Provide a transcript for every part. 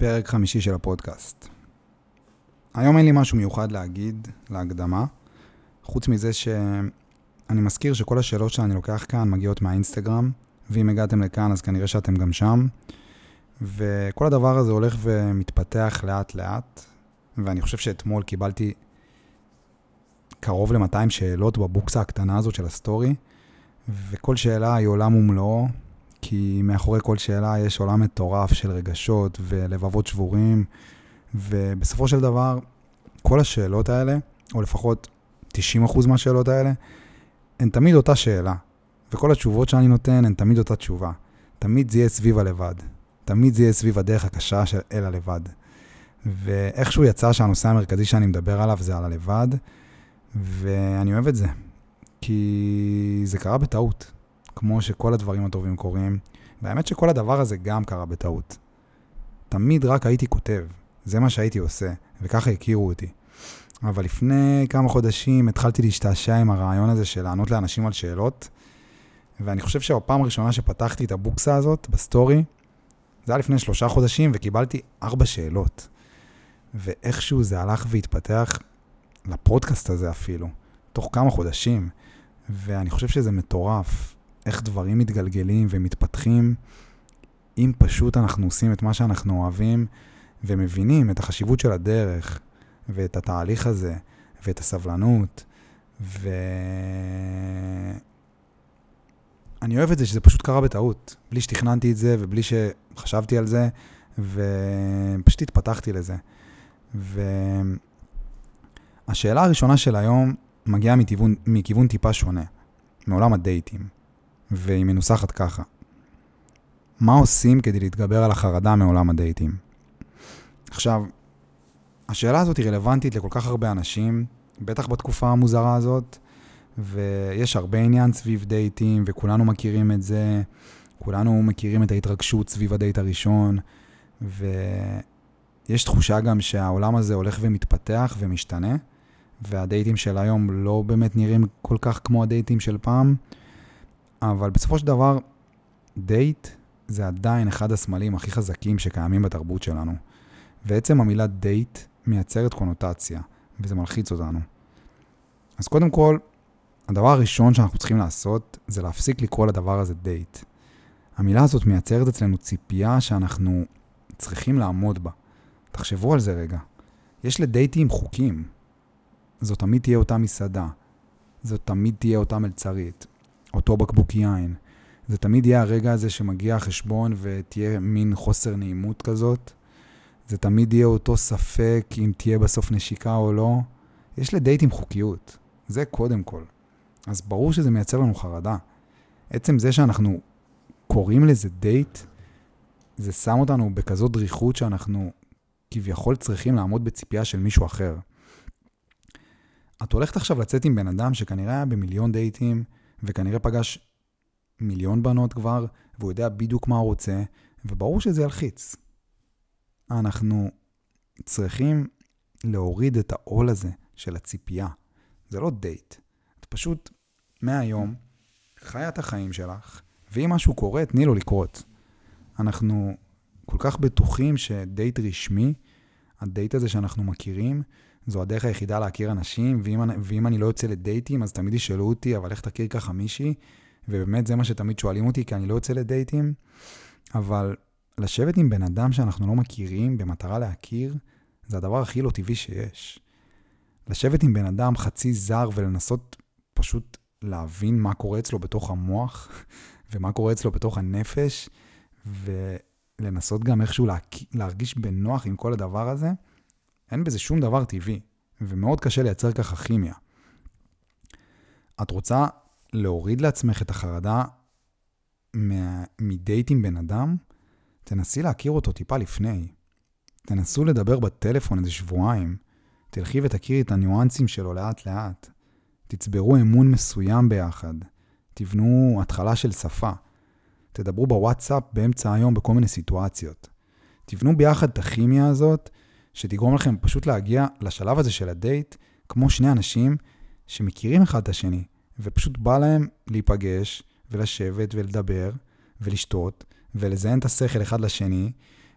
פרק 5 של הפודקאסט. היום אין לי משהו מיוחד להגיד להקדמה, חוץ מזה שאני מזכיר שכל השאלות שאני לוקח כאן מגיעות מהאינסטגרם, ואם הגעתם לכאן אז כנראה שאתם גם שם, וכל הדבר הזה הולך ומתפתח לאט לאט, ואני חושב שאתמול קיבלתי קרוב ל-200 שאלות בבוקסה הקטנה הזאת של הסטורי, וכל שאלה היא עולם ומלואו, כי מאחורי כל שאלה יש עולם מטורף של רגשות ולבבות שבורים, ובסופו של דבר, כל השאלות האלה, או לפחות 90% מהשאלות האלה, הן תמיד אותה שאלה, וכל התשובות שאני נותן הן תמיד אותה תשובה. תמיד זה יהיה סביב הלבד. תמיד זה יהיה סביב הדרך הקשה אל הלבד. ואיכשהו יצא שהנושא המרכזי שאני מדבר עליו זה על הלבד, ואני אוהב את זה, כי זה קרה בטעות. כמו שכל הדברים הטובים קורים, והאמת שכל הדבר הזה גם קרה בטעות. תמיד רק הייתי כותב, זה מה שהייתי עושה, וככה הכירו אותי. אבל לפני כמה חודשים התחלתי להשתעשע עם הרעיון הזה של לענות לאנשים על שאלות, ואני חושב שהפעם הראשונה שפתחתי את הבוקסה הזאת בסטורי, זה היה לפני 3 חודשים, וקיבלתי 4 שאלות. ואיכשהו זה הלך והתפתח לפודקאסט הזה אפילו, תוך כמה חודשים, ואני חושב שזה מטורף. איך דברים מתגלגלים ומתפתחים, אם פשוט אנחנו עושים את מה שאנחנו אוהבים, ומבינים את החשיבות של הדרך, ואת התהליך הזה, ואת הסבלנות, אני אוהב את זה שזה פשוט קרה בטעות, בלי שתכננתי את זה, ובלי שחשבתי על זה, ופשוט התפתחתי לזה. והשאלה הראשונה של היום מגיעה מכיוון טיפה שונה, מעולם הדייטים. והיא מנוסחת ככה. מה עושים כדי להתגבר על החרדה מעולם הדייטים? עכשיו, השאלה הזאת היא רלוונטית לכל כך הרבה אנשים, בטח בתקופה המוזרה הזאת, ויש הרבה עניין סביב דייטים, וכולנו מכירים את זה, כולנו מכירים את ההתרגשות סביב הדייט הראשון, ויש תחושה גם שהעולם הזה הולך ומתפתח ומשתנה, והדייטים של היום לא באמת נראים כל כך כמו הדייטים של פעם, אבל בסופו של דבר, דייט זה עדיין אחד הסמלים הכי חזקים שקיימים בתרבות שלנו. ועצם המילה דייט מייצרת קונוטציה, וזה מלחיץ אותנו. אז קודם כל, הדבר הראשון שאנחנו צריכים לעשות, זה להפסיק לקרוא לדבר הזה דייט. המילה הזאת מייצרת אצלנו ציפייה שאנחנו צריכים לעמוד בה. תחשבו על זה רגע. יש לדייטים חוקים. זאת תמיד תהיה אותה מסעדה. זאת תמיד תהיה אותה מלצרית. אותו בקבוק יין. זה תמיד יהיה הרגע הזה שמגיע החשבון ותהיה מין חוסר נעימות כזאת. זה תמיד יהיה אותו ספק אם תהיה בסוף נשיקה או לא. יש לדייטים חוקיות. זה קודם כל. אז ברור שזה מייצר לנו חרדה. עצם זה שאנחנו קוראים לזה דייט, זה שם אותנו בכזאת דריכות שאנחנו כביכול צריכים לעמוד בציפייה של מישהו אחר. את הולכת עכשיו לצאת עם בן אדם שכנראה היה במיליון דייטים, וכנראה פגש 1,000,000 בנות כבר, והוא יודע בדיוק מה הוא רוצה, וברור שזה ילחיץ. אנחנו צריכים להוריד את העול הזה של הציפייה. זה לא דייט. את פשוט מהיום חיה את החיים שלך, ואם משהו קורה, תני לו לקרות. אנחנו כל כך בטוחים שדייט רשמי, הדייט הזה שאנחנו מכירים, זו הדרך היחידה להכיר אנשים, ואם אני לא יוצא לדייטים, אז תמיד ישאלו אותי, אבל איך תכיר ככה מישהי? ובאמת זה מה שתמיד שואלים אותי, כי אני לא יוצא לדייטים. אבל לשבת עם בן אדם שאנחנו לא מכירים, במטרה להכיר, זה הדבר הכי לא טבעי שיש. לשבת עם בן אדם חצי זר, ולנסות פשוט להבין מה קורה אצלו בתוך המוח, ומה קורה אצלו בתוך הנפש, ולנסות גם איכשהו להרגיש בנוח עם כל הדבר הזה, אין בזה שום דבר טבעי, ומאוד קשה לייצר ככה כימיה. את רוצה להוריד לעצמך את החרדה מדייט עם בן אדם? תנסי להכיר אותו טיפה לפני. תנסו לדבר בטלפון איזה שבועיים. תלכי ותכירי את הניואנסים שלו לאט לאט. תצברו אמון מסוים ביחד. תבנו התחלה של שפה. תדברו בוואטסאפ באמצע היום בכל מיני סיטואציות. תבנו ביחד את הכימיה הזאת, שתגרום לכם פשוט להגיע לשלב הזה של הדייט, כמו שני אנשים שמכירים אחד את השני, ופשוט בא להם להיפגש ולשבת ולדבר ולשתות ולזיין את השכל אחד לשני,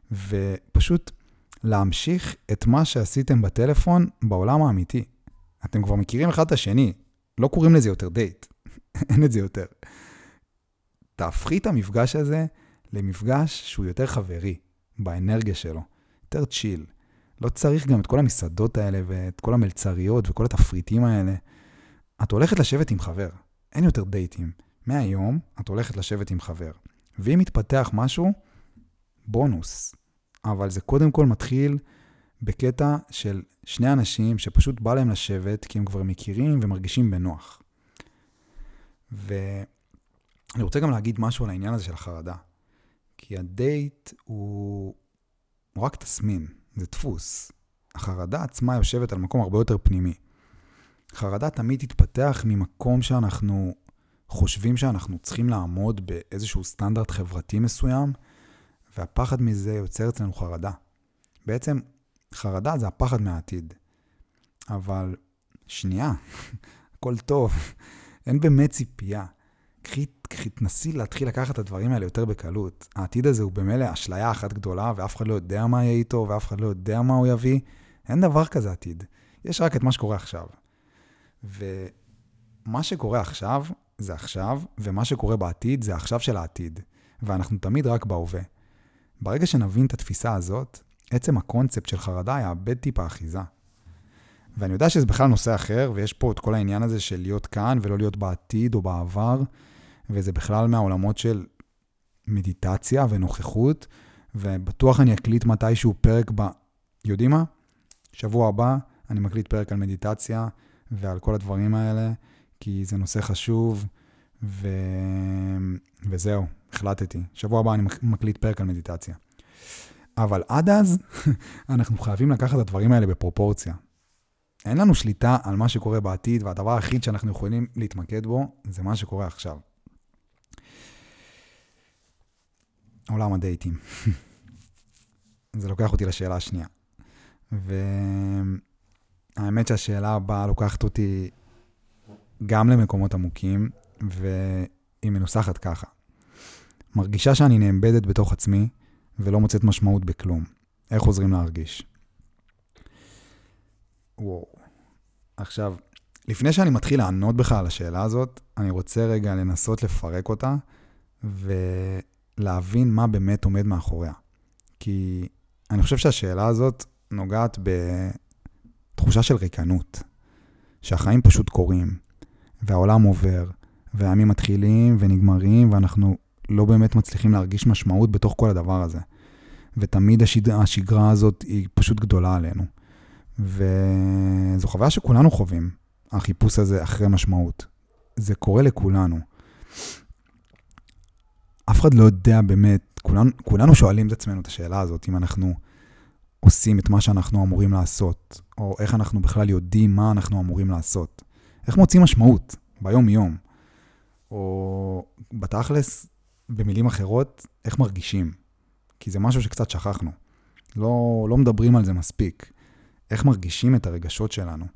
ופשוט להמשיך את מה שעשיתם בטלפון בעולם האמיתי. אתם כבר מכירים אחד את השני, לא קוראים לזה יותר דייט, אין את זה יותר. תהפכי את המפגש הזה למפגש שהוא יותר חברי, באנרגיה שלו, יותר צ'יל. לא צריך גם את כל המסעדות האלה ואת כל המלצריות וכל התפריטים האלה. את הולכת לשבת עם חבר, אין יותר דייטים. מהיום את הולכת לשבת עם חבר. ואם מתפתח משהו, בונוס. אבל זה קודם כל מתחיל בקטע של שני אנשים שפשוט בא להם לשבת כי הם כבר מכירים ומרגישים בנוח. ואני רוצה גם להגיד משהו על העניין הזה של החרדה. כי הדייט הוא רק תסמין, זה דפוס. החרדה עצמה יושבת על מקום הרבה יותר פנימי. חרדה תמיד תתפתח ממקום שאנחנו חושבים שאנחנו צריכים לעמוד באיזשהו סטנדרט חברתי מסוים, והפחד מזה יוצר אצלנו חרדה. בעצם חרדה זה הפחד מהעתיד. אבל שנייה, הכל טוב, אין באמת ציפייה. תנסי להתחיל לקחת את הדברים האלה יותר בקלות. העתיד הזה הוא במילא אשליה אחת גדולה, ואף אחד לא יודע מה יהיה איתו, ואף אחד לא יודע מה הוא יביא. אין דבר כזה עתיד. יש רק את מה שקורה עכשיו. ומה שקורה עכשיו זה עכשיו, ומה שקורה בעתיד זה עכשיו של העתיד. ואנחנו תמיד רק בהווה. ברגע שנבין את התפיסה הזאת, עצם הקונספט של חרדה יאבד טיפה אחיזה. ואני יודע שזה בכלל נושא אחר, ויש פה את כל העניין הזה של להיות כאן ולא להיות בעתיד או בעבר, וזה בכלל מהעולמות של מדיטציה ונוכחות, ובטוח אני אקליט מתישהו פרק יודעים מה? שבוע הבא אני מקליט פרק על מדיטציה ועל כל הדברים האלה, כי זה נושא חשוב, וזהו, החלטתי. שבוע הבא אני מקליט פרק על מדיטציה. אבל עד אז אנחנו חייבים לקחת את הדברים האלה בפרופורציה. אין לנו שליטה על מה שקורה בעתיד, והדבר היחיד שאנחנו יכולים להתמקד בו, זה מה שקורה עכשיו. עולם הדייטים. זה לוקח אותי לשאלה השנייה. והאמת שהשאלה הבאה לוקחת אותי גם למקומות עמוקים, והיא מנוסחת ככה. מרגישה שאני נאבדת בתוך עצמי, ולא מוצאת משמעות בכלום. איך עוזרים להרגיש? וואו. עכשיו, לפני שאני מתחיל לענות בך על השאלה הזאת, אני רוצה רגע לנסות לפרק אותה, ולהבין מה באמת עומד מאחוריה. כי אני חושב שהשאלה הזאת נוגעת בתחושה של ריקנות, שהחיים פשוט קורים, והעולם עובר, והימים מתחילים ונגמרים, ואנחנו לא באמת מצליחים להרגיש משמעות בתוך כל הדבר הזה. ותמיד השגרה הזאת היא פשוט גדולה עלינו. וזו חוויה שכולנו חווים, החיפוש הזה אחרי משמעות. זה קורה לכולנו. אף אחד לא יודע באמת, כולנו שואלים את עצמנו את השאלה הזאת, אם אנחנו עושים את מה שאנחנו אמורים לעשות, או איך אנחנו בכלל יודעים מה אנחנו אמורים לעשות. איך מוצאים משמעות ביום יום, או בתכלס, במילים אחרות, איך מרגישים. כי זה משהו שקצת שכחנו. לא מדברים על זה מספיק. איך מרגישים את הרגשות שלנו.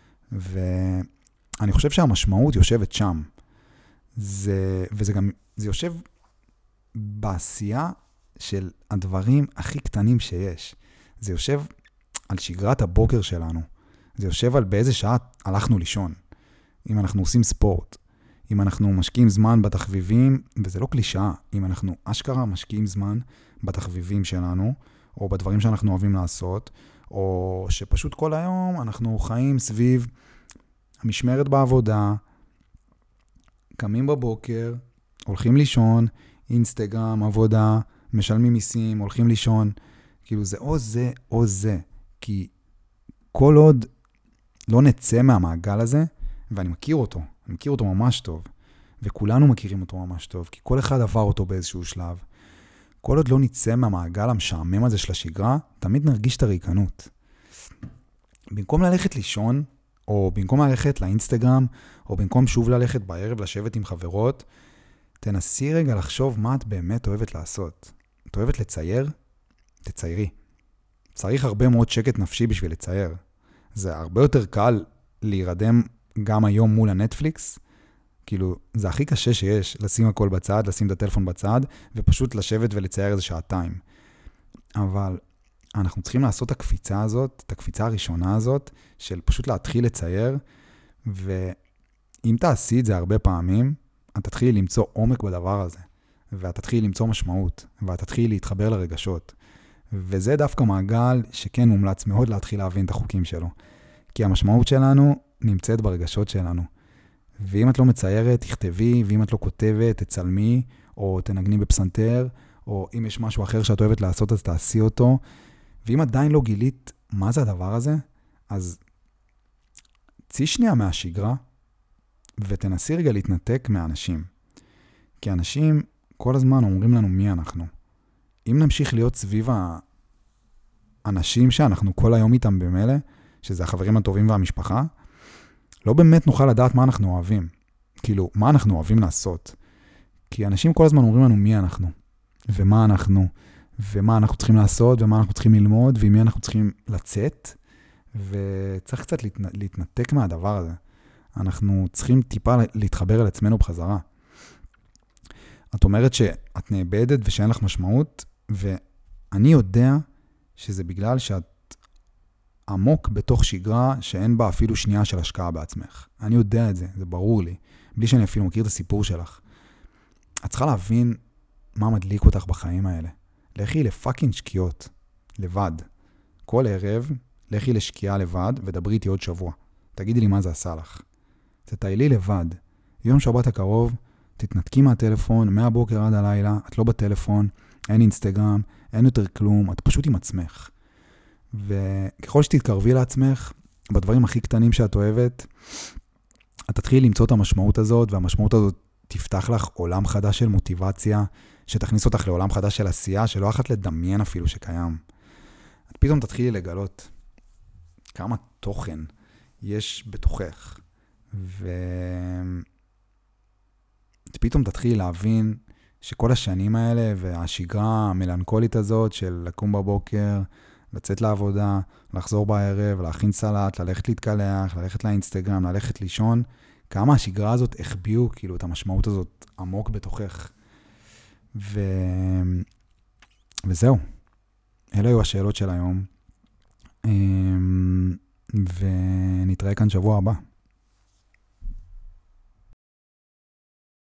ואני חושב שהמשמעות יושבת שם. וזה גם, זה יושב בעשייה של הדברים הכי קטנים שיש. זה יושב על שגרת הבוקר שלנו. זה יושב על באיזה שעה הלכנו לישון. אם אנחנו עושים ספורט. אם אנחנו משקיעים זמן בתחביבים, וזה לא קלישאה, אם אנחנו אשכרה משקיעים זמן בתחביבים שלנו, או בדברים שאנחנו אוהבים לעשות, או שפשוט כל היום אנחנו חיים סביב המשמרת בעבודה, קמים בבוקר, הולכים לישון, אינסטגרם, עבודה, משלמים מיסים, הולכים לישון, כאילו זה או זה או זה, כי כל עוד לא נצא מהמעגל הזה, ואני מכיר אותו, אני מכיר אותו ממש טוב, וכולנו מכירים אותו ממש טוב, כי כל אחד עבר אותו באיזשהו שלב. כל עוד לא נצא מהמעגל המשעמם הזה של השגרה, תמיד נרגיש את הריקנות. במקום ללכת לישון, או במקום ללכת לאינסטגרם, או במקום שוב ללכת בערב לשבת עם חברות, תנסי רגע לחשוב מה את באמת אוהבת לעשות. את אוהבת לצייר? תציירי. צריך הרבה מאוד שקט נפשי בשביל לצייר. זה הרבה יותר קל להירדם גם היום מול הנטפליקס, כאילו, זה הכי קשה שיש, לשים הכל בצד, לשים את הטלפון בצד, ופשוט לשבת ולצייר איזה שעתיים. אבל אנחנו צריכים לעשות את הקפיצה הזאת, את הקפיצה הראשונה הזאת, של פשוט להתחיל לצייר, ואם תעשי את זה הרבה פעמים, את תתחילי למצוא עומק בדבר הזה, ואת תתחילי למצוא משמעות, ואת תתחילי להתחבר לרגשות. וזה דווקא מעגל שכן מומלץ מאוד להתחיל להבין את החוקים שלו. כי המשמעות שלנו נמצאת ברגשות שלנו. ואם את לא מציירת, תכתבי, ואם את לא כותבת, תצלמי, או תנגני בפסנתר, או אם יש משהו אחר שאת אוהבת לעשות, אז תעשי אותו. ואם עדיין לא גילית מה זה הדבר הזה, אז צאי שנייה מהשגרה, ותנסי רגע להתנתק מהאנשים. כי אנשים כל הזמן אומרים לנו מי אנחנו. אם נמשיך להיות סביב האנשים שאנחנו כל היום איתם במילא, שזה החברים הטובים והמשפחה, לא באמת נוכל לדעת מה אנחנו אוהבים. כאילו, מה אנחנו אוהבים לעשות. כי אנשים כל הזמן אומרים לנו מי אנחנו, ומה אנחנו, ומה אנחנו צריכים לעשות, ומה אנחנו צריכים ללמוד, ועם מי אנחנו צריכים לצאת, וצריך קצת להתנתק מהדבר הזה. אנחנו צריכים טיפה להתחבר אל עצמנו בחזרה. את אומרת שאת נאבדת ושאין לך משמעות, ואני יודע שזה בגלל שאת עמוק בתוך שגרה שאין בה אפילו שנייה של השקעה בעצמך. אני יודע את זה, זה ברור לי, בלי שאני אפילו מכיר את הסיפור שלך. את צריכה להבין מה מדליק אותך בחיים האלה. לכי לפאקינג שקיעות, לבד. כל ערב, לכי לשקיעה לבד ודברי איתי עוד שבוע. תגידי לי מה זה עשה לך. תטיילי לבד. יום שבת הקרוב, תתנתקי מהטלפון, מהבוקר עד הלילה, את לא בטלפון, אין אינסטגרם, אין יותר כלום, את פשוט עם עצמך. וככל שתתקרבי לעצמך, בדברים הכי קטנים שאת אוהבת, את תתחיל למצוא את המשמעות הזאת, והמשמעות הזאת תפתח לך עולם חדש של מוטיבציה, שתכניס אותך לעולם חדש של עשייה, שלא אחת לדמיין אפילו שקיים. את פתאום תתחילי לגלות כמה תוכן יש בתוכך, פתאום תתחיל להבין שכל השנים האלה והשגרה המלנכולית הזאת של לקום בבוקר, לצאת לעבודה, לחזור בערב, להכין סלט, ללכת להתקלח, ללכת לאינסטגרם, ללכת לישון, כמה השגרה הזאת החביאו כאילו את המשמעות הזאת עמוק בתוכך. וזהו. אלה היו השאלות של היום. ונתראה כאן שבוע הבא.